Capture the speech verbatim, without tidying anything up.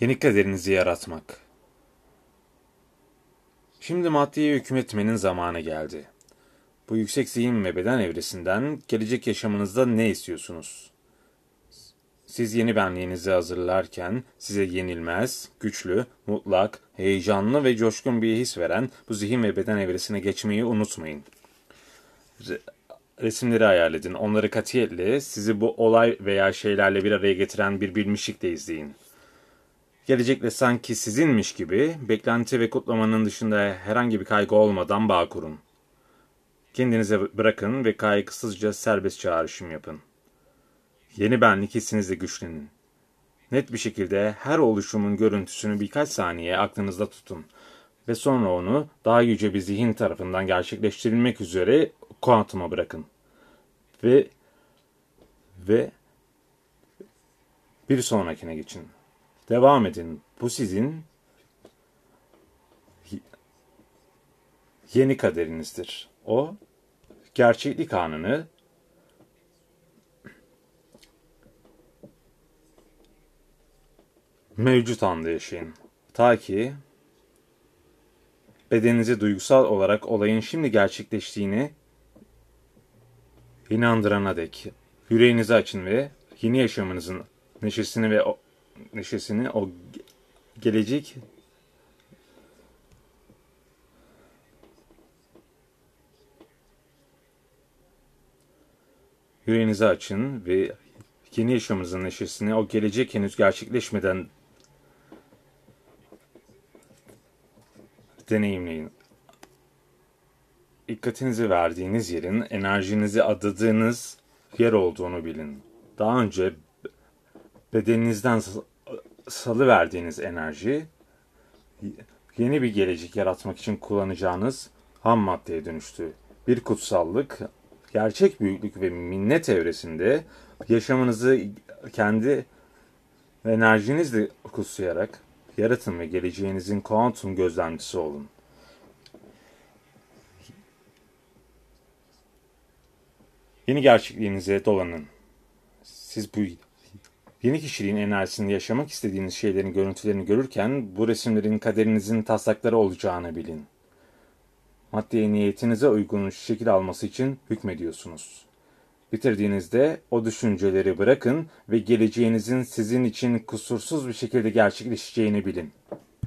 Yeni kaderinizi yaratmak. Şimdi maddeye hükmetmenin zamanı geldi. Bu yüksek zihin ve beden evresinden gelecek yaşamınızda ne istiyorsunuz? Siz yeni benliğinizi hazırlarken size yenilmez, güçlü, mutlak, heyecanlı ve coşkun bir his veren bu zihin ve beden evresine geçmeyi unutmayın. Re- Resimleri hayal edin. Onları katiyetle sizi bu olay veya şeylerle bir araya getiren bir bilmişlikle izleyin. Gelecekle sanki sizinmiş gibi beklenti ve kutlamanın dışında herhangi bir kaygı olmadan bağ kurun. Kendinize bırakın ve kaygısızca serbest çağrışım yapın. Yeni benlik hissinizle güçlenin. Net bir şekilde her oluşumun görüntüsünü birkaç saniye aklınızda tutun ve sonra onu daha yüce bir zihin tarafından gerçekleştirilmek üzere kuantuma bırakın. Ve ve bir sonrakine geçin. Devam edin. Bu sizin yeni kaderinizdir. O, gerçeklik anını mevcut anda yaşayın. Ta ki bedeninizi duygusal olarak olayın şimdi gerçekleştiğini inandırana dek. Yüreğinizi açın ve yeni yaşamınızın neşesini ve o, neşesini o gelecek yüreğinizi açın ve yeni yaşamınızın neşesini o gelecek henüz gerçekleşmeden deneyimleyin. Dikkatinizi verdiğiniz yerin enerjinizi adadığınız yer olduğunu bilin. Daha önce bedeninizden salıverdiğiniz enerji yeni bir gelecek yaratmak için kullanacağınız ham maddeye dönüştü. Bir kutsallık, gerçek büyüklük ve minnet evresinde yaşamınızı kendi enerjinizle kutsayarak yaratın ve geleceğinizin kuantum gözlemcisi olun. Yeni gerçekliğinize dolanın. Siz bu yeni kişiliğin enerjisinde yaşamak istediğiniz şeylerin görüntülerini görürken bu resimlerin kaderinizin taslakları olacağını bilin. Maddeye niyetinize uygun şekil alması için hükmediyorsunuz. Bitirdiğinizde o düşünceleri bırakın ve geleceğinizin sizin için kusursuz bir şekilde gerçekleşeceğini bilin.